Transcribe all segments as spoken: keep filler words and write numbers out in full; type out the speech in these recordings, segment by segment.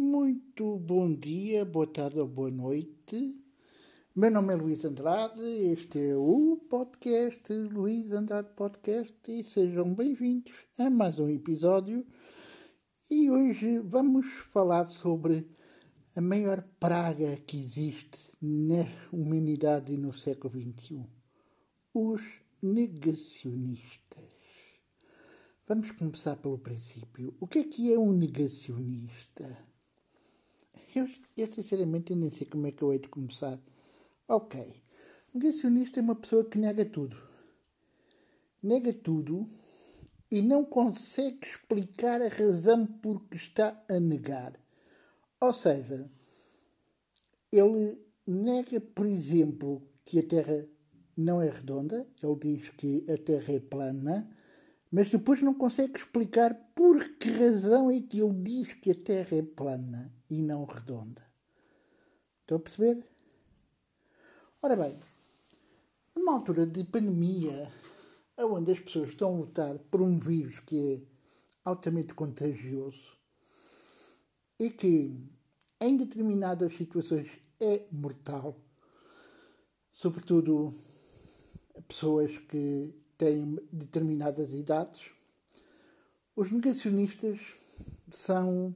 Muito bom dia, boa tarde ou boa noite. Meu nome é Luís Andrade, este é o podcast Luís Andrade Podcast e sejam bem-vindos a mais um episódio. E hoje vamos falar sobre a maior praga que existe na humanidade e no século vinte e um. Os negacionistas. Vamos começar pelo princípio. O que é que é um negacionista? Eu, eu sinceramente nem sei como é que eu hei de começar. Ok. Um negacionista é uma pessoa que nega tudo. Nega tudo e não consegue explicar a razão por que está a negar. Ou seja, ele nega, por exemplo, que a Terra não é redonda. Ele diz que a Terra é plana, mas depois não consegue explicar por que razão é que ele diz que a Terra é plana e não redonda. Estão a perceber? Ora bem, numa altura de pandemia, onde as pessoas estão a lutar por um vírus que é altamente contagioso e que, em determinadas situações, é mortal, sobretudo pessoas que têm determinadas idades, os negacionistas são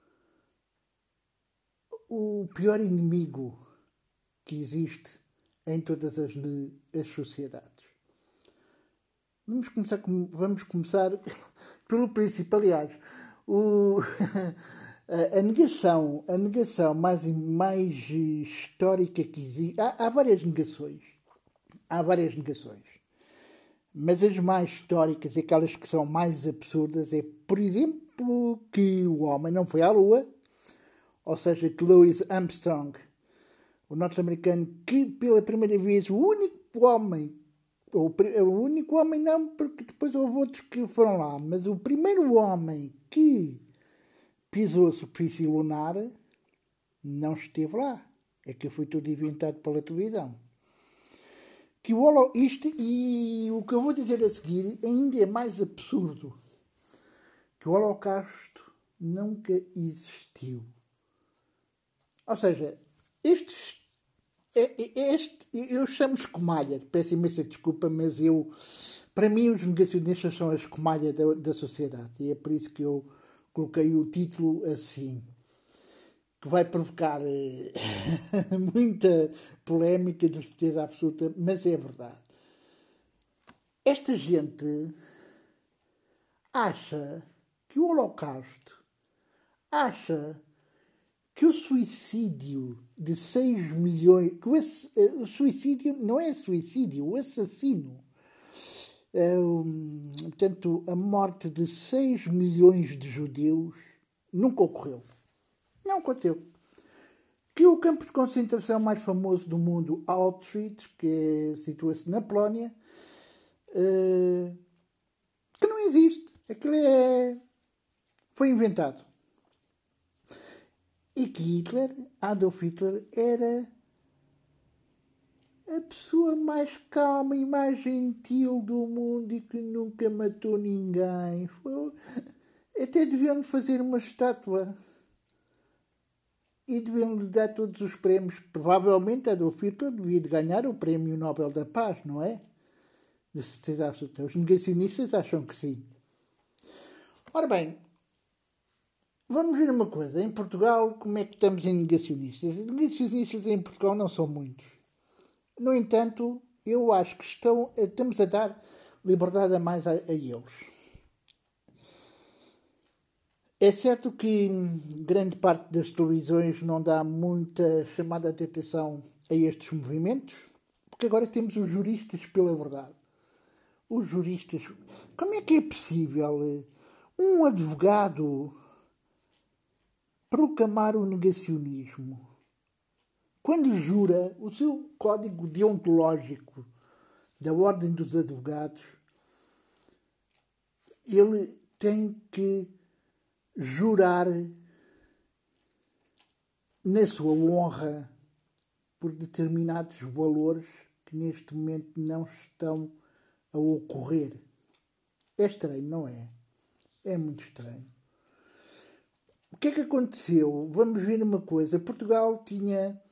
o pior inimigo que existe em todas as, as sociedades. Vamos começar, com, vamos começar pelo princípio. Aliás, o, a, a negação, a negação mais, mais histórica que existe... Há, há várias negações. Há várias negações. Mas as mais históricas, aquelas que são mais absurdas, é, por exemplo, que o homem não foi à Lua, ou seja, que Louis Armstrong, o norte-americano, que pela primeira vez, o único homem, ou o único homem não, porque depois houve outros que foram lá, mas o primeiro homem que pisou a superfície lunar não esteve lá. É que foi tudo inventado pela televisão. Que o holo, isto, e o que eu vou dizer a seguir ainda é mais absurdo. Que o Holocausto nunca existiu. Ou seja, estes, este, eu chamo escumalha, peço imensa desculpa, mas eu, para mim os negacionistas são a escumalha da, da sociedade. E é por isso que eu coloquei o título assim, que vai provocar muita polémica, de certeza absoluta, mas é verdade. Esta gente acha que o Holocausto, acha que o suicídio de seis milhões... Que o, o suicídio não é suicídio, o assassino. É, um, portanto, a morte de seis milhões de judeus nunca ocorreu. Não aconteceu. Que o campo de concentração mais famoso do mundo, Auschwitz, que situa-se na Polónia, uh, que não existe. Aquilo é... foi inventado. E que Hitler, Adolf Hitler, era a pessoa mais calma e mais gentil do mundo e que nunca matou ninguém. Foi... Até deviam fazer uma estátua. E deviam-lhe dar todos os prémios. Provavelmente Adolf Hitler devia de ganhar o Prémio Nobel da Paz, não é? De certeza absoluta. Os negacionistas acham que sim. Ora bem, vamos ver uma coisa. Em Portugal, como é que estamos em negacionistas? Os negacionistas em Portugal não são muitos. No entanto, eu acho que estão, estamos a dar liberdade a mais a, a eles. É certo que grande parte das televisões não dá muita chamada de atenção a estes movimentos, porque agora temos os juristas pela verdade. Os juristas... Como é que é possível um advogado proclamar o negacionismo quando jura o seu código deontológico da Ordem dos Advogados? Ele tem que jurar na sua honra por determinados valores que neste momento não estão a ocorrer. É estranho, não é? É muito estranho. que é que aconteceu? Vamos ver uma coisa. Portugal tinha,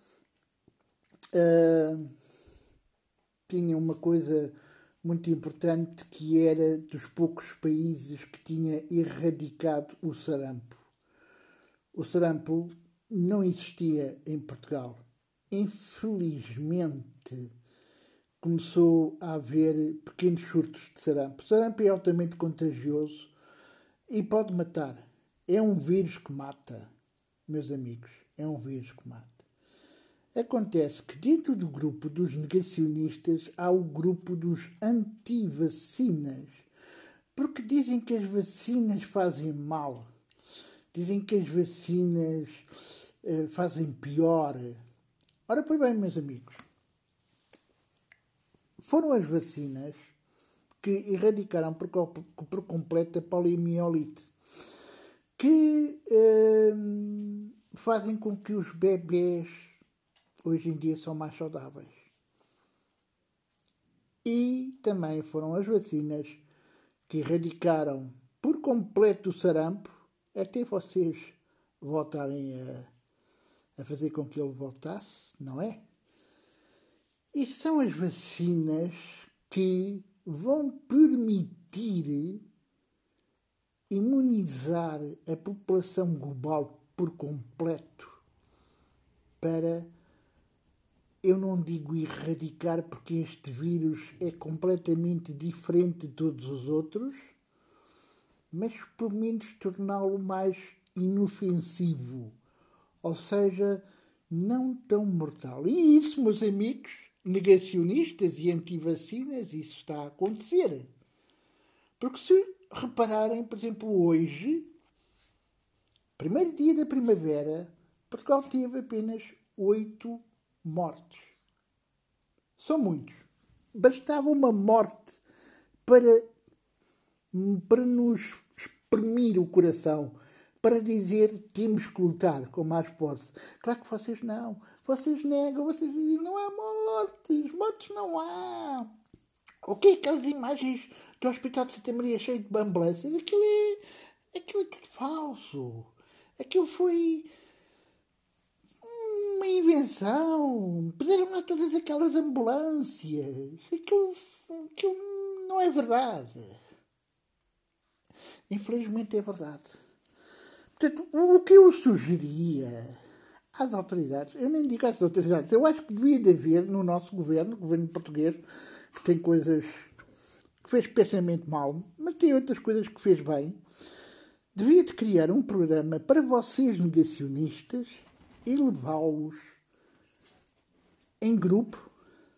uh, tinha uma coisa muito importante, que era dos poucos países que tinha erradicado o sarampo. O sarampo não existia em Portugal. Infelizmente, começou a haver pequenos surtos de sarampo. O sarampo é altamente contagioso e pode matar. É um vírus que mata, meus amigos. É um vírus que mata. Acontece que dentro do grupo dos negacionistas há o grupo dos anti-vacinas, porque dizem que as vacinas fazem mal. Dizem que as vacinas uh, fazem pior. Ora, pois bem, meus amigos, foram as vacinas que erradicaram por, por completo a poliomielite, que uh, fazem com que os bebés hoje em dia são mais saudáveis. E também foram as vacinas que erradicaram por completo o sarampo, até vocês voltarem a, a fazer com que ele voltasse, não é? E são as vacinas que vão permitir imunizar a população global por completo para, eu não digo erradicar, porque este vírus é completamente diferente de todos os outros, mas pelo menos torná-lo mais inofensivo, ou seja, não tão mortal. E isso, meus amigos negacionistas e anti-vacinas, isso está a acontecer. Porque se repararem, por exemplo, hoje, primeiro dia da primavera, Portugal teve apenas oito mortos. São muitos. Bastava uma morte para, para nos exprimir o coração, para dizer que temos que lutar com mais posse. Claro que vocês não. Vocês negam, vocês dizem não há mortes, mortes não há. O que é aquelas imagens do Hospital de Santa Maria cheio de ambulâncias? Aquilo é, aquilo é tudo falso. Aquilo foi uma invenção. Puseram lá todas aquelas ambulâncias. Aquilo, aquilo não é verdade. Infelizmente é verdade. Portanto, o que eu sugeria às autoridades, eu nem digo às autoridades, eu acho que devia de haver no nosso governo, governo português, que tem coisas que fez especialmente mal, mas tem outras coisas que fez bem, devia de criar um programa para vocês negacionistas e levá-los em grupo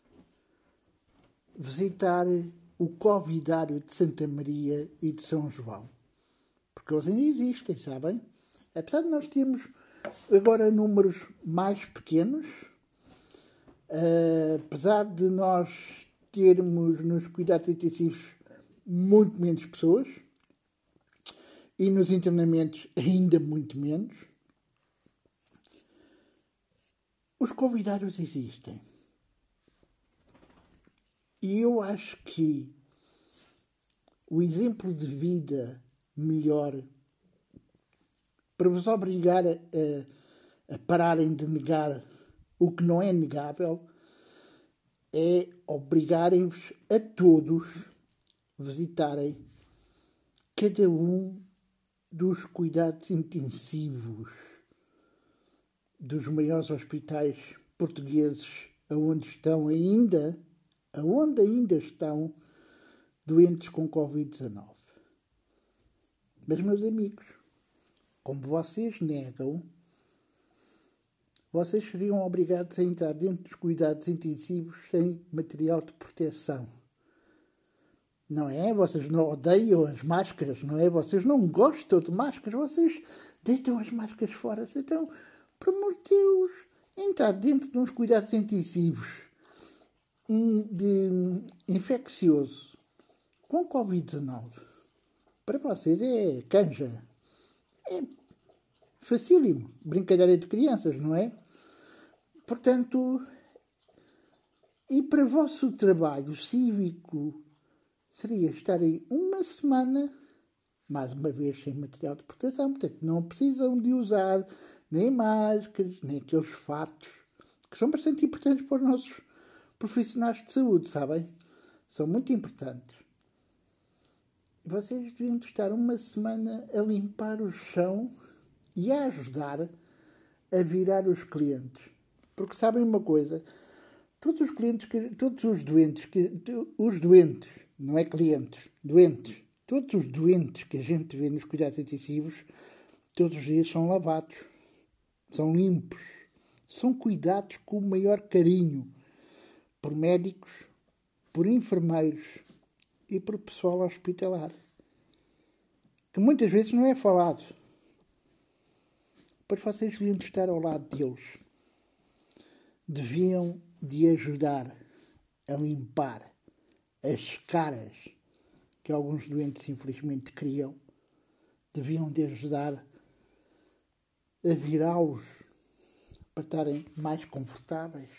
visitar o Covidário de Santa Maria e de São João. Porque eles ainda existem, sabem? Apesar de nós termos agora números mais pequenos, uh, apesar de nós termos nos cuidados intensivos muito menos pessoas e nos internamentos ainda muito menos, os convidados existem. E eu acho que o exemplo de vida melhor para vos obrigar a, a, a pararem de negar o que não é negável é obrigarem-vos a todos a visitarem cada um dos cuidados intensivos dos maiores hospitais portugueses, aonde estão ainda, aonde ainda estão doentes com covid dezanove. Mas, meus amigos, como vocês negam, vocês seriam obrigados a entrar dentro dos cuidados intensivos sem material de proteção. Não é? Vocês não odeiam as máscaras, não é? Vocês não gostam de máscaras, vocês deitam as máscaras fora. Então, por amor de Deus, entrar dentro de uns cuidados intensivos de infeccioso com covid dezanove, para vocês é canja. É facílimo. Brincadeira de crianças, não é? Portanto, e para o vosso trabalho cívico seria estarem uma semana mais uma vez sem material de proteção. Portanto, não precisam de usar nem máscaras, nem aqueles fatos, que são bastante importantes para os nossos profissionais de saúde, sabem? São muito importantes. Vocês deviam estar uma semana a limpar o chão e a ajudar a virar os clientes. Porque sabem uma coisa, todos os clientes, que, todos os doentes, que, os doentes, não é clientes, doentes, todos os doentes que a gente vê nos cuidados intensivos, todos os dias são lavados, são limpos, são cuidados com o maior carinho por médicos, por enfermeiros e por pessoal hospitalar, que muitas vezes não é falado. Pois vocês deviam estar ao lado deles. Deviam de ajudar a limpar as caras que alguns doentes infelizmente criam. Deviam de ajudar a virá-los para estarem mais confortáveis.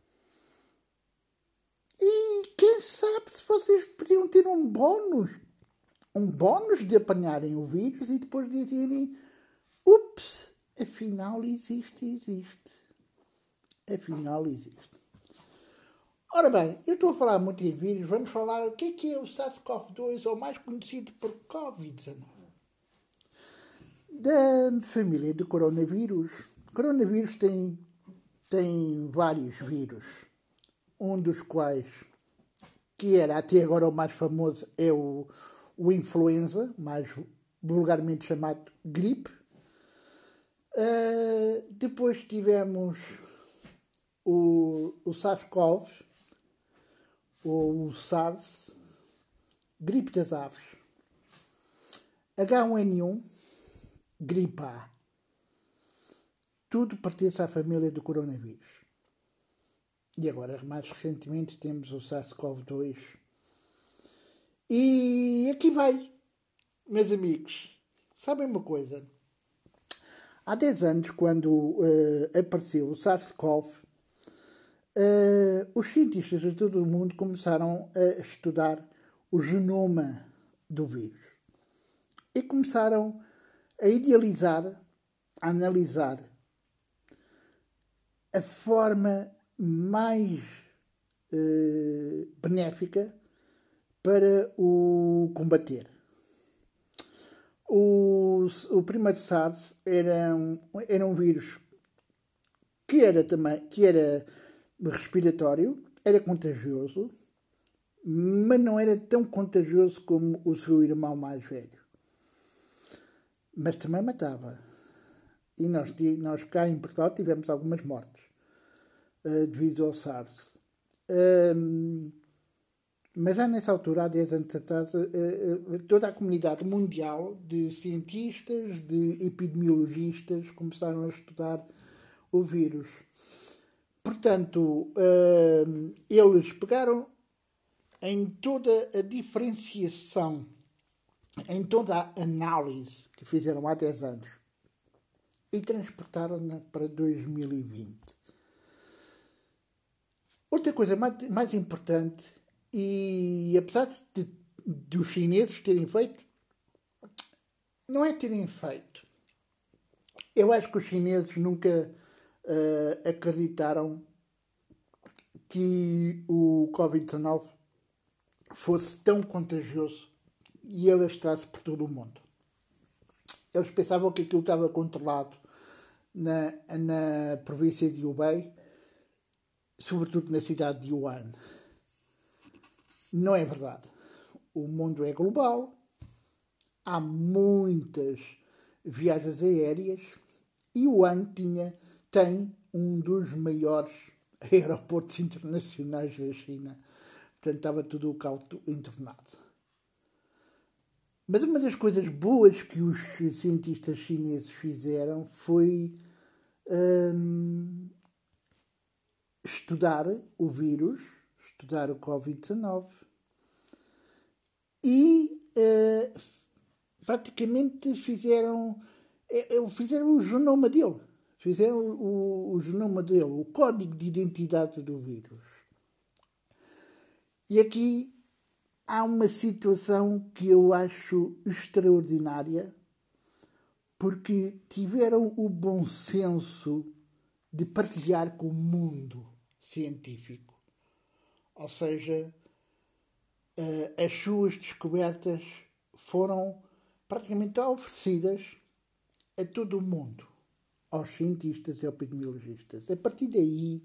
E quem sabe se vocês podiam ter um bónus, um bónus de apanharem o vírus e depois dizerem: ups, afinal existe, existe. Afinal existe. Ora bem, eu estou a falar muito em vírus, vamos falar o que é que é o SARS-CoV dois, ou mais conhecido por covid dezenove. Da família do coronavírus. O coronavírus tem, tem vários vírus. Um dos quais, que era até agora o mais famoso, é o, o influenza, mais vulgarmente chamado gripe. Uh, depois tivemos o, o SARS-CoV, ou o SARS, gripe das aves, H um N um, gripe A. Tudo pertence à família do coronavírus. E agora, mais recentemente, temos o SARS-CoV dois. E aqui vai, meus amigos. Sabem uma coisa? Há dez anos, quando uh, apareceu o SARS-CoV, uh, os cientistas de todo o mundo começaram a estudar o genoma do vírus. E começaram a idealizar, a analisar a forma mais uh, benéfica para o combater. O, o primeiro SARS era um, era um vírus que era, também, que era respiratório, era contagioso, mas não era tão contagioso como o seu irmão mais velho. Mas também matava. E nós, nós cá em Portugal tivemos algumas mortes uh, devido ao SARS. Um, mas já nessa altura, há dez anos atrás, uh, uh, toda a comunidade mundial de cientistas, de epidemiologistas, começaram a estudar o vírus. Portanto, uh, eles pegaram em toda a diferenciação, em toda a análise que fizeram há dez anos e transportaram-na para dois mil e vinte. Outra coisa mais, mais importante, e apesar de, de os chineses terem feito, não é terem feito. Eu acho que os chineses nunca uh, acreditaram que o covid dezenove fosse tão contagioso e ele estasse por todo o mundo. Eles pensavam que aquilo estava controlado na, na província de Hubei, sobretudo na cidade de Wuhan. Não é verdade. O mundo é global, há muitas viagens aéreas e Wuhan tinha, tem um dos maiores aeroportos internacionais da China. Portanto, estava tudo o cauto internado. Mas uma das coisas boas que os cientistas chineses fizeram foi hum, estudar o vírus, estudar o covid dezenove e uh, praticamente fizeram, fizeram o genoma dele. Fizeram o, o genoma dele, o código de identidade do vírus. E aqui há uma situação que eu acho extraordinária, porque tiveram o bom senso de partilhar com o mundo científico. Ou seja, as suas descobertas foram praticamente oferecidas a todo o mundo, aos cientistas e epidemiologistas. A partir daí,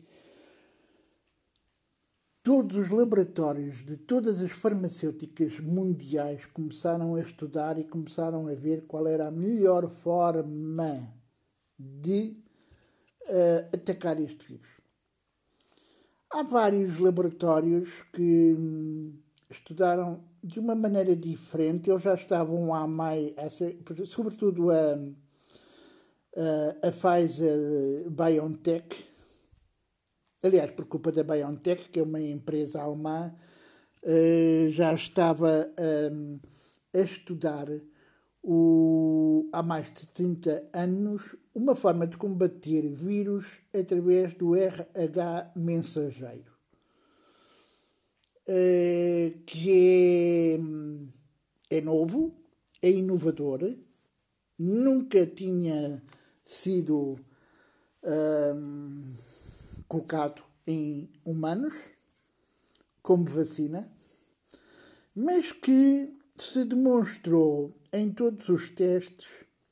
todos os laboratórios de todas as farmacêuticas mundiais começaram a estudar e começaram a ver qual era a melhor forma de uh, atacar este vírus. Há vários laboratórios que hum, estudaram de uma maneira diferente. Eles já estavam há mais, sobretudo a, a, a Pfizer BioNTech. Aliás, por culpa da BioNTech, que é uma empresa alemã, já estava a estudar o, há mais de trinta anos uma forma de combater vírus através do R H mensageiro, que é, é novo, é inovador, nunca tinha sido um, colocado em humanos como vacina, mas que se demonstrou em todos os testes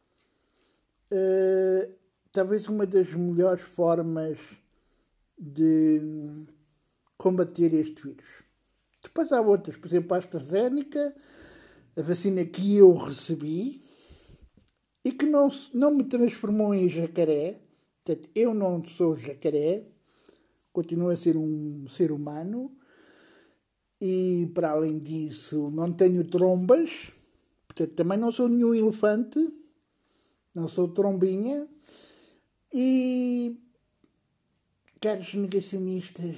uh, talvez uma das melhores formas de combater este vírus. Depois há outras, por exemplo, a AstraZeneca, a vacina que eu recebi e que não, não me transformou em jacaré. Portanto, eu não sou jacaré, continuo a ser um ser humano e, para além disso, não tenho trombas. Portanto, também não sou nenhum elefante, não sou trombinha. E, caros negacionistas,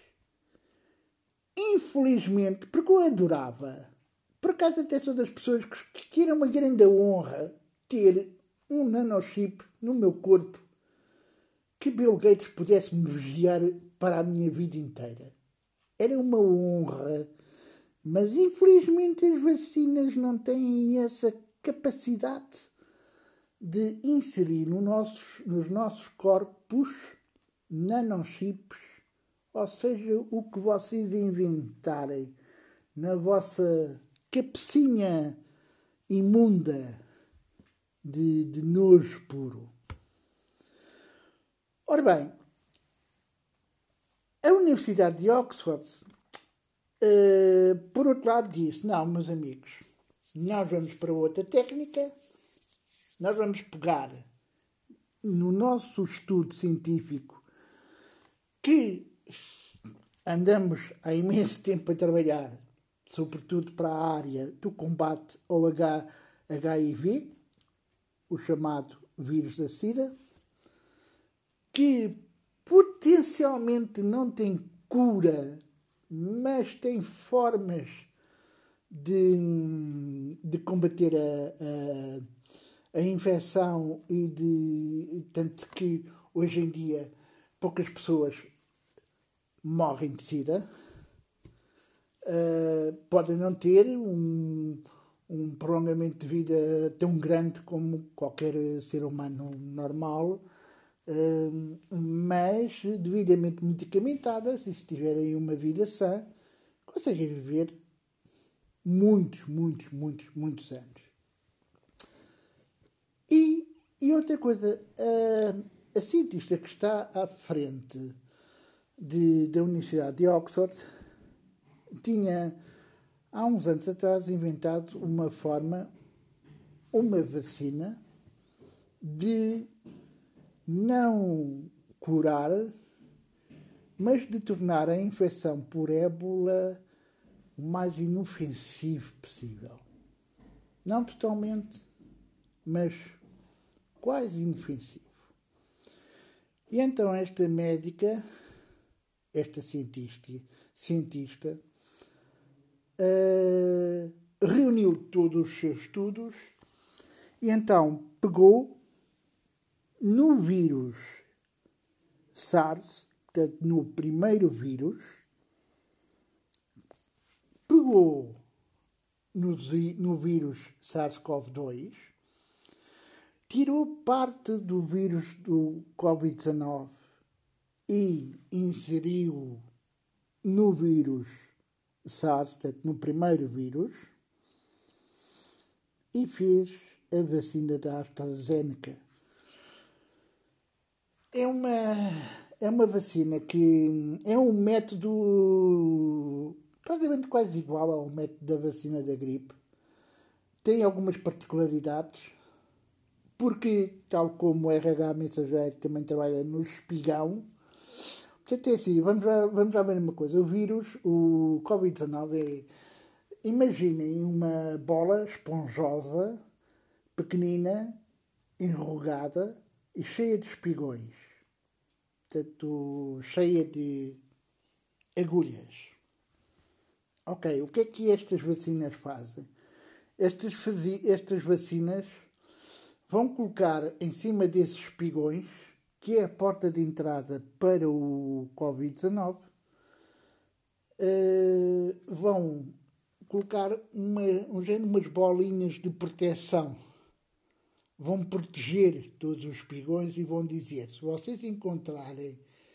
infelizmente, porque eu adorava, por acaso até sou das pessoas que, que era uma grande honra ter um nanochip no meu corpo que Bill Gates pudesse me vigiar para a minha vida inteira. Era uma honra. Mas, infelizmente, as vacinas não têm essa capacidade de inserir no nossos, nos nossos corpos nanochips, ou seja, o que vocês inventarem na vossa cabecinha imunda de, de nojo puro. Ora bem, a Universidade de Oxford, uh, por outro lado, disse: não, meus amigos, nós vamos para outra técnica, nós vamos pegar no nosso estudo científico que andamos há imenso tempo a trabalhar, sobretudo para a área do combate ao H I V, o chamado vírus da SIDA, que potencialmente não tem cura, mas tem formas de, de combater a, a, a infecção e de tanto que hoje em dia poucas pessoas morrem de SIDA. Uh, podem não ter um, um prolongamento de vida tão grande como qualquer ser humano normal, Uh, mas devidamente medicamentadas, e se tiverem uma vida sã, conseguem viver muitos, muitos, muitos, muitos anos. E, e outra coisa, a, a cientista que está à frente de, da Universidade de Oxford tinha, há uns anos atrás, inventado uma forma, uma vacina de não curar, mas de tornar a infecção por ébola o mais inofensivo possível. Não totalmente, mas quase inofensivo. E então esta médica, esta cientista, cientista uh, reuniu todos os seus estudos e então pegou no vírus SARS, portanto, no primeiro vírus, pegou no, no vírus SARS-CoV dois, tirou parte do vírus do covid dezanove e inseriu no vírus SARS, no primeiro vírus, e fez a vacina da AstraZeneca. É uma, é uma vacina que é um método praticamente quase igual ao método da vacina da gripe. Tem algumas particularidades, porque, tal como o R H mensageiro também trabalha no espigão, portanto é assim, vamos lá, vamos lá ver uma coisa. O vírus, o covid dezanove, é, imaginem uma bola esponjosa, pequenina, enrugada e cheia de espigões. Portanto, cheia de agulhas. Ok, o que é que estas vacinas fazem? Estas, fazi- estas vacinas vão colocar em cima desses espigões, que é a porta de entrada para o covid dezanove, uh, vão colocar uma, um género, umas bolinhas de proteção. Vão proteger todos os espigões e vão dizer: se vocês encontrarem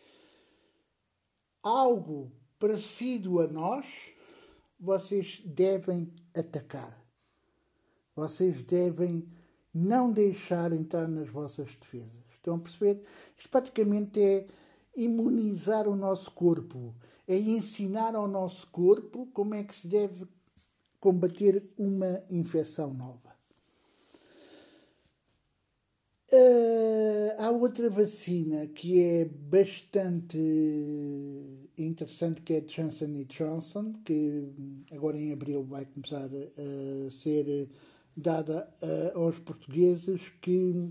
algo parecido a nós, vocês devem atacar. Vocês devem não deixar entrar nas vossas defesas. Estão a perceber? Isto praticamente é imunizar o nosso corpo. É ensinar ao nosso corpo como é que se deve combater uma infecção nova. Uh, há outra vacina que é bastante interessante, que é a Johnson and Johnson, que agora em abril vai começar a ser dada uh, aos portugueses, que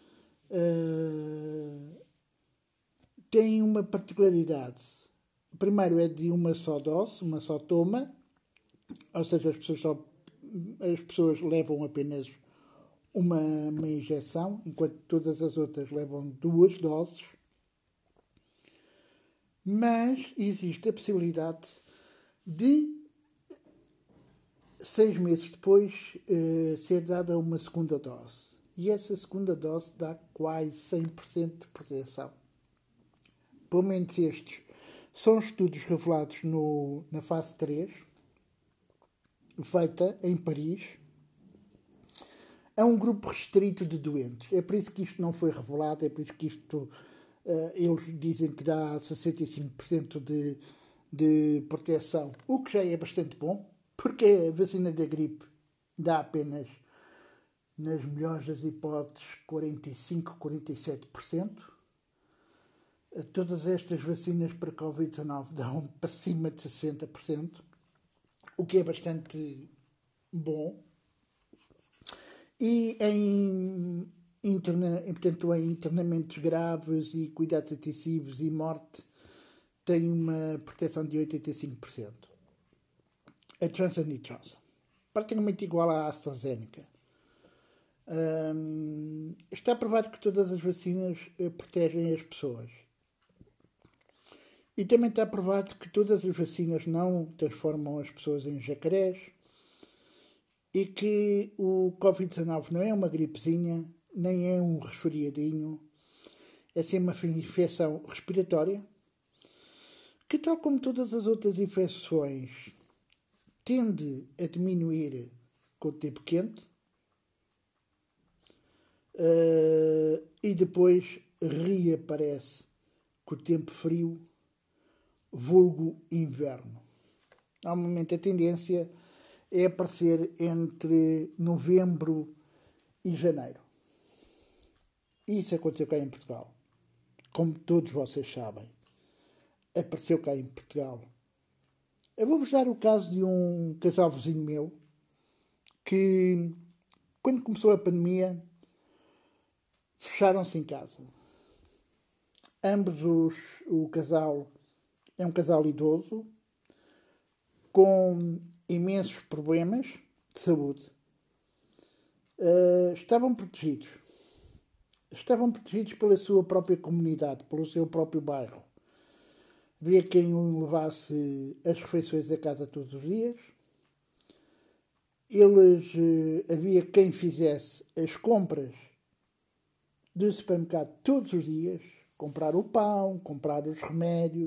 uh, tem uma particularidade. Primeiro, é de uma só dose, uma só toma, ou seja, as pessoas, só, as pessoas levam apenas uma, uma injeção, enquanto todas as outras levam duas doses. Mas existe a possibilidade de, seis meses depois, eh, ser dada uma segunda dose. E essa segunda dose dá quase cem por cento de proteção. Pelo menos estes são estudos revelados no, na fase três, feita em Paris, a um grupo restrito de doentes. É por isso que isto não foi revelado, é por isso que isto, uh, eles dizem que dá sessenta e cinco por cento de, de proteção, o que já é bastante bom, porque a vacina da gripe dá apenas, nas melhores das hipóteses, quarenta e cinco por cento, quarenta e sete por cento. Todas estas vacinas para covid dezanove dão para cima de sessenta por cento, o que é bastante bom. E em, interna, portanto, em internamentos graves e cuidados intensivos e morte tem uma proteção de oitenta e cinco por cento. A Johnson and Johnson, praticamente igual à AstraZeneca. Um, está provado que todas as vacinas uh, protegem as pessoas. E também está provado que todas as vacinas não transformam as pessoas em jacarés, e que o covid dezanove não é uma gripezinha, nem é um resfriadinho, é sim uma infecção respiratória, que, tal como todas as outras infecções, tende a diminuir com o tempo quente uh, e depois reaparece com o tempo frio, vulgo inverno. Normalmente a tendência é aparecer entre novembro e janeiro. Isso aconteceu cá em Portugal. Como todos vocês sabem, apareceu cá em Portugal. Eu vou-vos dar o caso de um casal vizinho meu que, quando começou a pandemia, fecharam-se em casa. Ambos os, o casal é um casal idoso, com imensos problemas de saúde. Uh, estavam protegidos. Estavam protegidos pela sua própria comunidade, pelo seu próprio bairro. Havia quem o levasse as refeições a casa todos os dias. eles, eh, havia quem fizesse as compras do supermercado todos os dias, comprar o pão, comprar os remédios.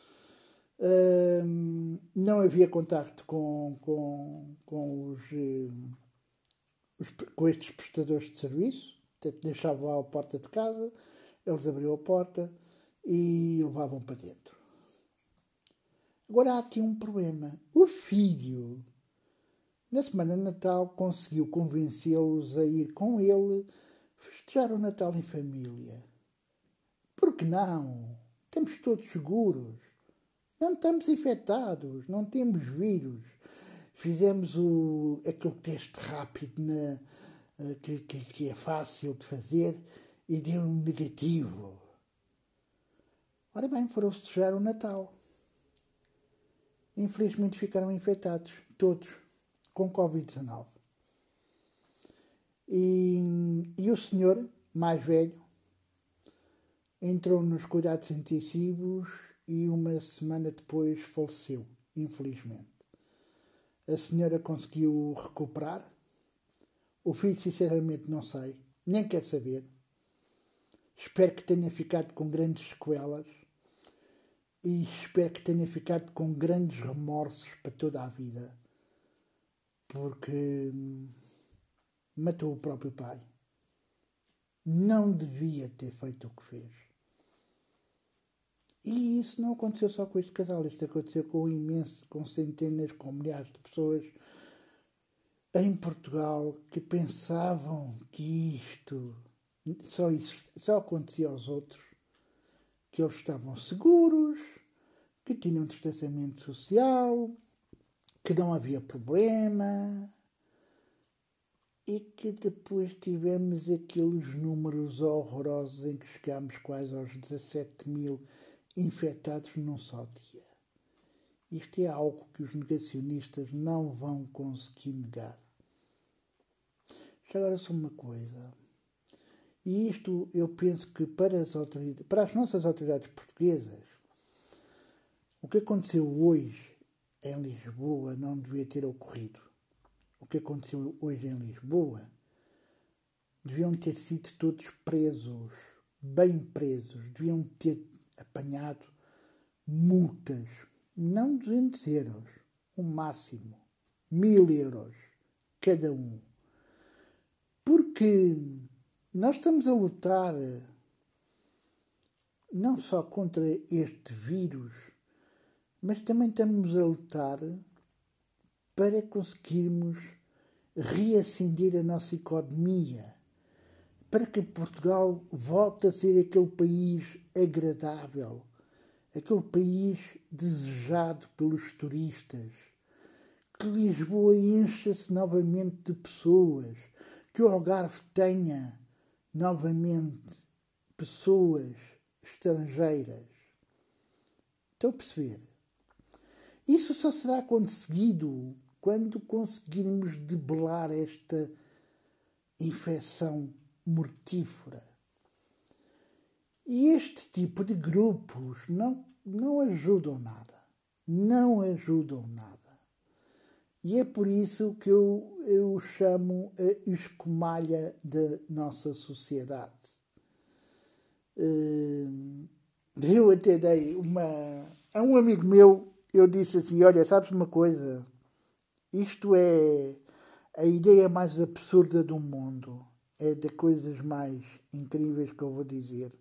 Uh, não havia contacto com, com, com, os, uh, os, com estes prestadores de serviço. Portanto, deixavam lá a porta de casa, eles abriam a porta e levavam para dentro. Agora há aqui um problema. O filho, na semana de Natal, conseguiu convencê-los a ir com ele festejar o Natal em família. Por que não? Estamos todos seguros. Não estamos infectados, não temos vírus. Fizemos o, aquele teste rápido na, que, que, que é fácil de fazer e deu um negativo. Ora bem, foram festejar o Natal. Infelizmente ficaram infectados, todos, com covid dezenove. E, e o senhor, mais velho, entrou nos cuidados intensivos e uma semana depois faleceu, infelizmente. A senhora conseguiu recuperar. O filho, sinceramente, não sei, nem quer saber. Espero que tenha ficado com grandes sequelas e espero que tenha ficado com grandes remorsos para toda a vida, porque matou o próprio pai. Não devia ter feito o que fez. E isso não aconteceu só com este casal, isto aconteceu com imenso, com centenas, com milhares de pessoas em Portugal que pensavam que isto só, isso, só acontecia aos outros, que eles estavam seguros, que tinham distanciamento social, que não havia problema e que depois tivemos aqueles números horrorosos em que chegámos quase aos dezassete mil infectados num só dia. Isto é algo que os negacionistas não vão conseguir negar. Já agora só uma coisa. E isto eu penso que para as, autoridades, para as nossas autoridades portuguesas, o que aconteceu hoje em Lisboa não devia ter ocorrido. O que aconteceu hoje em Lisboa deviam ter sido todos presos, bem presos, deviam ter apanhado multas, não duzentos euros, o máximo, mil euros, cada um. Porque nós estamos a lutar não só contra este vírus, mas também estamos a lutar para conseguirmos reacender a nossa economia, para que Portugal volte a ser aquele país agradável, aquele país desejado pelos turistas, que Lisboa encha-se novamente de pessoas, que o Algarve tenha novamente pessoas estrangeiras. Estão a perceber? Isso só será conseguido quando conseguirmos debelar esta infecção mortífera. E este tipo de grupos não, não ajudam nada. Não ajudam nada. E é por isso que eu, eu chamo a escumalha da nossa sociedade. Eu até dei uma... A um amigo meu, eu disse assim, olha, sabes uma coisa? Isto é a ideia mais absurda do mundo. É das coisas mais incríveis que eu vou dizer.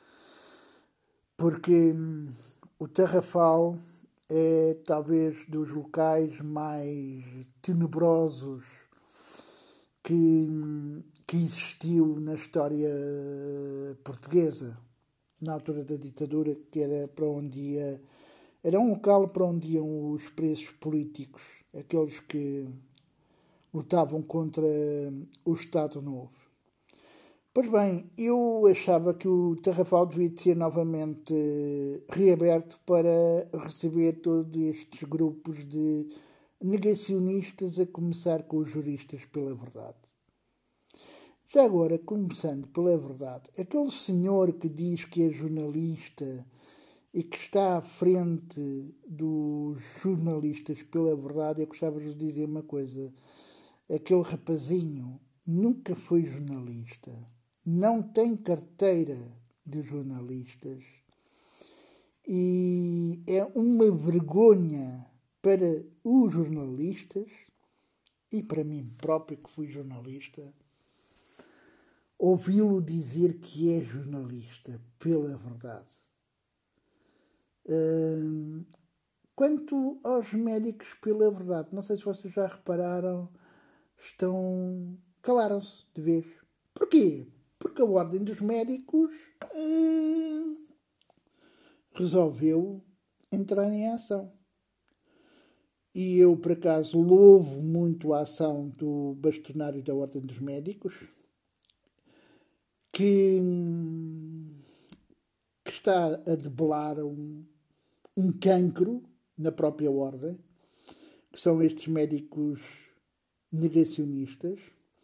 Porque hum, o Tarrafal é talvez dos locais mais tenebrosos que, que existiu na história portuguesa, na altura da ditadura, que era para onde ia, era um local para onde iam os presos políticos, aqueles que lutavam contra o Estado Novo. Pois bem, eu achava que o Tarrafal devia ser novamente reaberto para receber todos estes grupos de negacionistas, a começar com os juristas pela verdade. Já agora, começando pela verdade, aquele senhor que diz que é jornalista e que está à frente dos jornalistas pela verdade, eu gostava de dizer uma coisa. aquele rapazinho nunca foi jornalista, não tem carteira de jornalistas e é uma vergonha para os jornalistas e para mim próprio, que fui jornalista, ouvi-lo dizer que é jornalista, pela verdade. Uh, quanto aos médicos, pela verdade, não sei se vocês já repararam, estão... calaram-se de vez. Porquê? Porque a Ordem dos Médicos uh, resolveu entrar em ação. E eu, por acaso, louvo muito a ação do bastonário da Ordem dos Médicos, que, que está a debelar um, um cancro na própria Ordem, que são estes médicos negacionistas.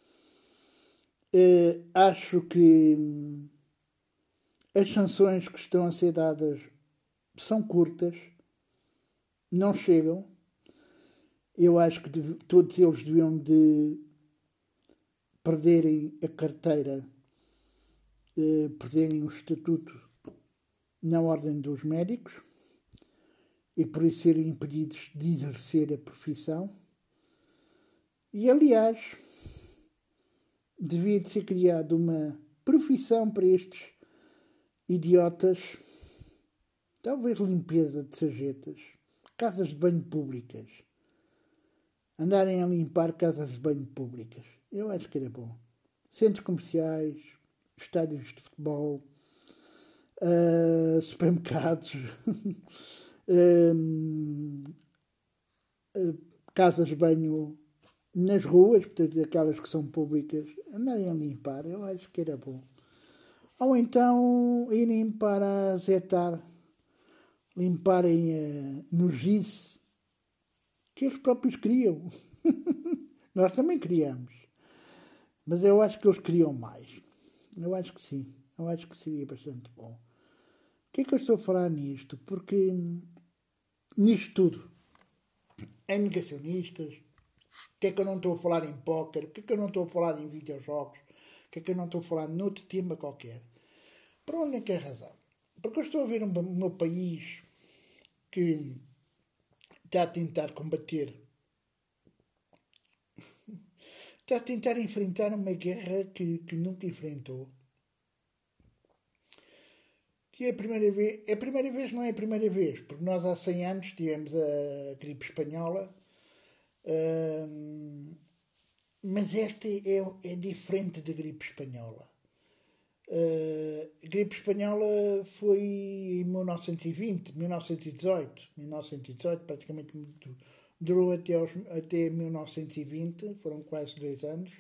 Uh, acho que as sanções que estão a ser dadas são curtas, não chegam. Eu acho que deve, todos eles deviam de perderem a carteira, eh, perderem o estatuto na Ordem dos Médicos e por isso serem impedidos de exercer a profissão. E, aliás, devia de ser criada uma profissão para estes idiotas, talvez limpeza de sarjetas, casas de banho públicas. Andarem a limpar casas de banho públicas. Eu acho que era bom. Centros comerciais, estádios de futebol, uh, supermercados, uh, uh, casas de banho nas ruas, portanto, aquelas que são públicas, andarem a limpar. Eu acho que era bom. Ou então irem para a Zetar, limparem uh, no Giz, que eles próprios criam. Nós também criamos. Mas eu acho que eles criam mais. Eu acho que sim. Eu acho que seria bastante bom. O que é que eu estou a falar nisto? Porque nisto tudo, em negacionistas, o que é que eu não estou a falar em póquer? O que é que eu não estou a falar em videojogos? O que é que eu não estou a falar noutro tema qualquer? Por onde é que é a razão? Porque eu estou a ver um meu país que está a tentar combater, está a tentar enfrentar uma guerra que, que nunca enfrentou. Que é a primeira vez, é a primeira vez, não é a primeira vez, porque nós há cem anos tivemos a gripe espanhola, hum, mas esta é, é diferente da gripe espanhola. Uh, a gripe espanhola foi em mil novecentos e vinte, mil novecentos e dezoito, mil novecentos e dezoito, praticamente durou até, aos, até mil novecentos e vinte, foram quase dois anos.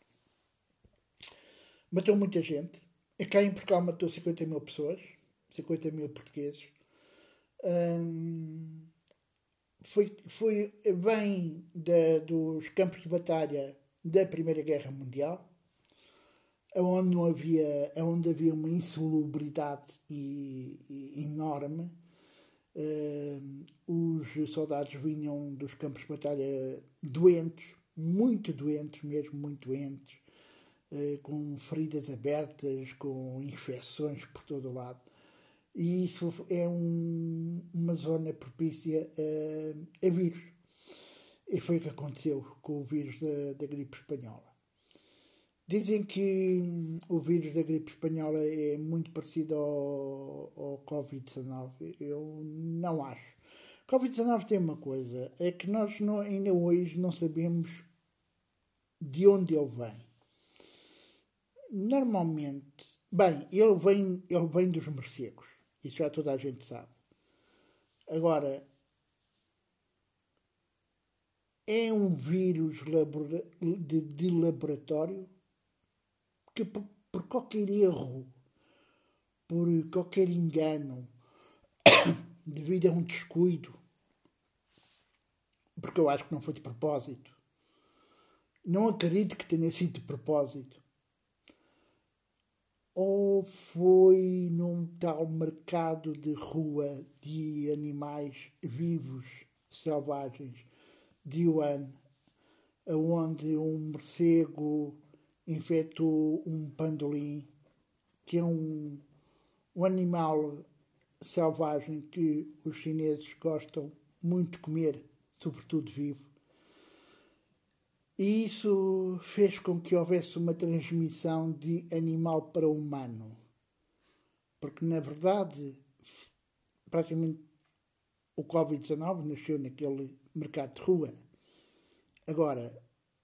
Matou muita gente. Cá em Portugal matou cinquenta mil pessoas, cinquenta mil portugueses. Um, foi, foi bem da, dos campos de batalha da Primeira Guerra Mundial, onde, não havia, onde havia uma insalubridade e, e, enorme. Uh, os soldados vinham dos campos de batalha doentes, muito doentes, mesmo muito doentes, uh, com feridas abertas, com infecções por todo o lado. E isso é um, uma zona propícia a, a vírus. E foi o que aconteceu com o vírus da, da gripe espanhola. Dizem que o vírus da gripe espanhola é muito parecido ao, ao covid dezanove. Eu não acho. covid dezanove tem uma coisa, é que nós não, ainda hoje não sabemos de onde ele vem. Normalmente, bem, ele vem, ele vem dos morcegos. Isso já toda a gente sabe. Agora, é um vírus de, de laboratório que por, por qualquer erro, por qualquer engano, devido a um descuido, porque eu acho que não foi de propósito, não acredito que tenha sido de propósito, ou foi num tal mercado de rua de animais vivos, selvagens, de Wuhan, onde um morcego infectou um pangolim, que é um, um animal selvagem que os chineses gostam muito de comer, sobretudo vivo. E isso fez com que houvesse uma transmissão de animal para humano. Porque, na verdade, praticamente o covid dezanove nasceu naquele mercado de rua. Agora,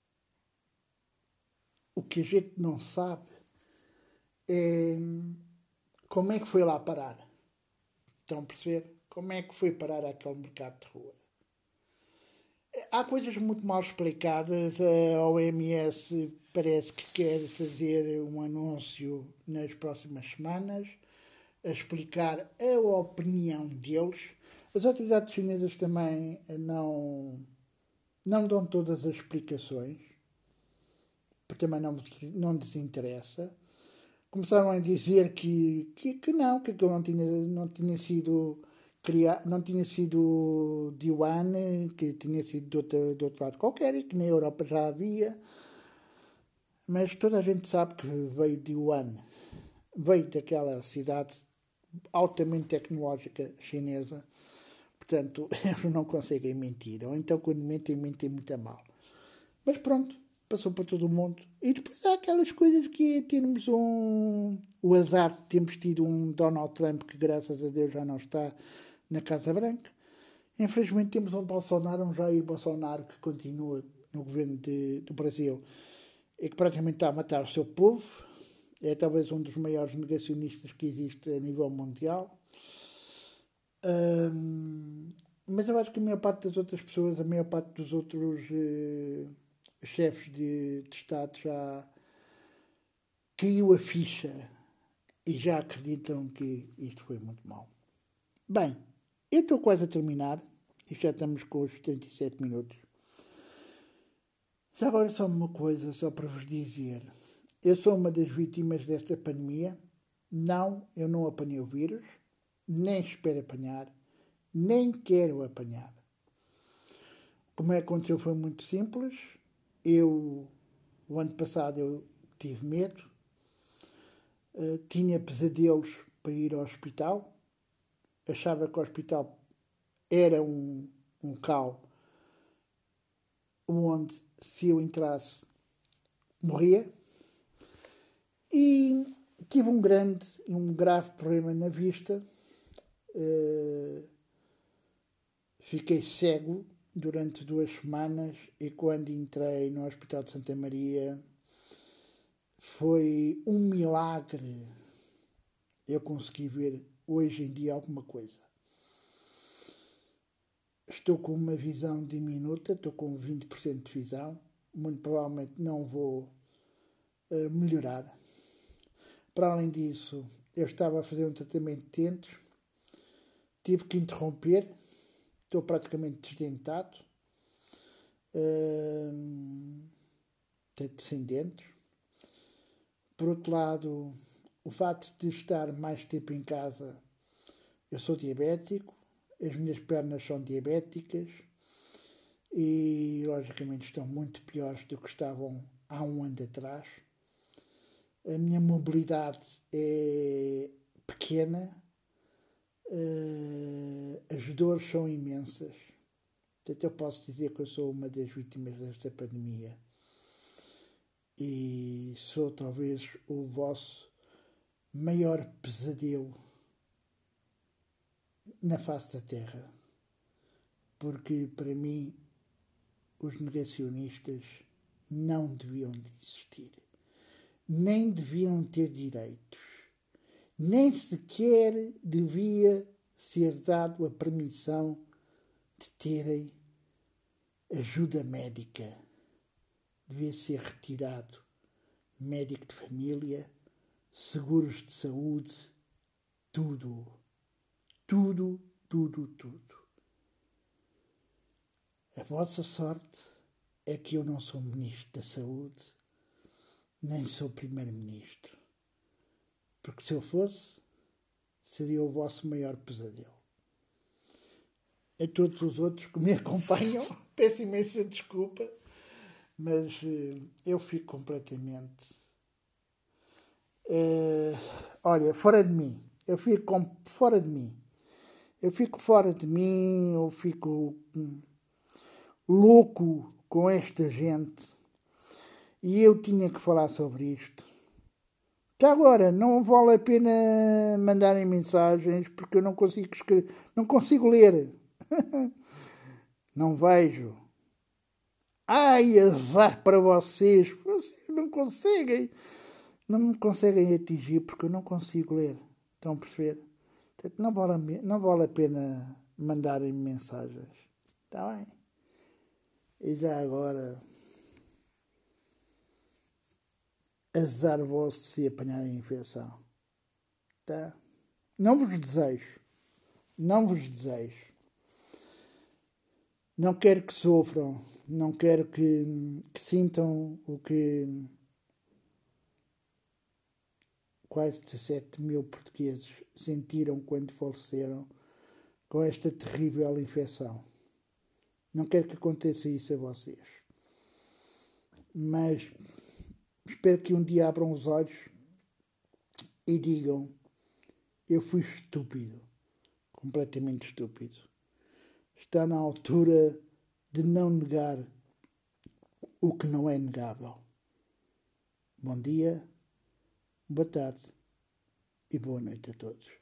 o que a gente não sabe é como é que foi lá parar. Estão a perceber? Como é que foi parar aquele mercado de rua? Há coisas muito mal explicadas. A O M S parece que quer fazer um anúncio nas próximas semanas a explicar a opinião deles. As autoridades chinesas também não, não dão todas as explicações, porque também não, não lhes interessa. Começaram a dizer que, que, que não, que aquilo não tinha, não tinha sido criado, não tinha sido de Wuhan, que tinha sido de outro, de outro lado qualquer e que na Europa já havia. Mas toda a gente sabe que veio de Wuhan, veio daquela cidade altamente tecnológica chinesa. Portanto, eles não conseguem mentir. Ou então, quando mentem, mentem muito a mal. Mas pronto, passou para todo o mundo. E depois há aquelas coisas que temos um... o azar de termos tido um Donald Trump que, graças a Deus, já não está na Casa Branca. Infelizmente, temos um Bolsonaro, um Jair Bolsonaro, que continua no governo de, do Brasil e que praticamente está a matar o seu povo. É talvez um dos maiores negacionistas que existe a nível mundial. Um, mas eu acho que a maior parte das outras pessoas, a maior parte dos outros uh, chefes de, de Estado já caiu a ficha e já acreditam que isto foi muito mal. Bem, eu estou quase a terminar e já estamos com os setenta e sete minutos. Já agora só uma coisa, só para vos dizer. Eu sou uma das vítimas desta pandemia. Não, eu não apanhei o vírus, nem espero apanhar, nem quero apanhar. Como é que aconteceu foi muito simples. Eu, o ano passado, eu tive medo, uh, tinha pesadelos para ir ao hospital, achava que o hospital era um, um local onde, se eu entrasse, morria. E tive um grande, um grave problema na vista. Uh, fiquei cego durante duas semanas e quando entrei no Hospital de Santa Maria foi um milagre eu consegui ver hoje em dia alguma coisa. Estou com uma visão diminuta, estou com vinte por cento de visão, muito provavelmente não vou uh, melhorar. Para além disso, eu estava a fazer um tratamento de dentes, tive que interromper, estou praticamente desdentado, uh, sem dentes. Por outro lado, o facto de estar mais tempo em casa, eu sou diabético, as minhas pernas são diabéticas e, logicamente, estão muito piores do que estavam há um ano atrás. A minha mobilidade é pequena, as dores são imensas. Portanto, eu posso dizer que eu sou uma das vítimas desta pandemia e sou talvez o vosso maior pesadelo na face da Terra, porque para mim os negacionistas não deviam de existir, nem deviam ter direitos, nem sequer devia ser dado a permissão de terem ajuda médica. Devia ser retirado médico de família, seguros de saúde, tudo, tudo, tudo, tudo. A vossa sorte é que eu não sou Ministro da Saúde, nem sou Primeiro-Ministro. Porque se eu fosse, seria o vosso maior pesadelo. A todos os outros que me acompanham, peço imensa desculpa, Mas uh, eu fico completamente... Uh, olha, fora de mim. Eu fico com, fora de mim. Eu fico fora de mim, eu fico hum, louco com esta gente. E eu tinha que falar sobre isto. Já agora, não vale a pena mandarem mensagens porque eu não consigo escrever, não consigo ler. Não vejo. Ai, azar para vocês. Vocês não conseguem. Não me conseguem atingir porque eu não consigo ler. Estão a perceber? Portanto, não vale, não vale a pena mandarem mensagens. Está bem? E já agora, azar vosso se apanharem a infecção. Tá? Não vos desejo. Não vos desejo. Não quero que sofram. Não quero que, que sintam o que quase dezassete mil portugueses sentiram quando faleceram com esta terrível infecção. Não quero que aconteça isso a vocês. Mas espero que um dia abram os olhos e digam: eu fui estúpido. Completamente estúpido. Está na altura de não negar o que não é negável. Bom dia, boa tarde e boa noite a todos.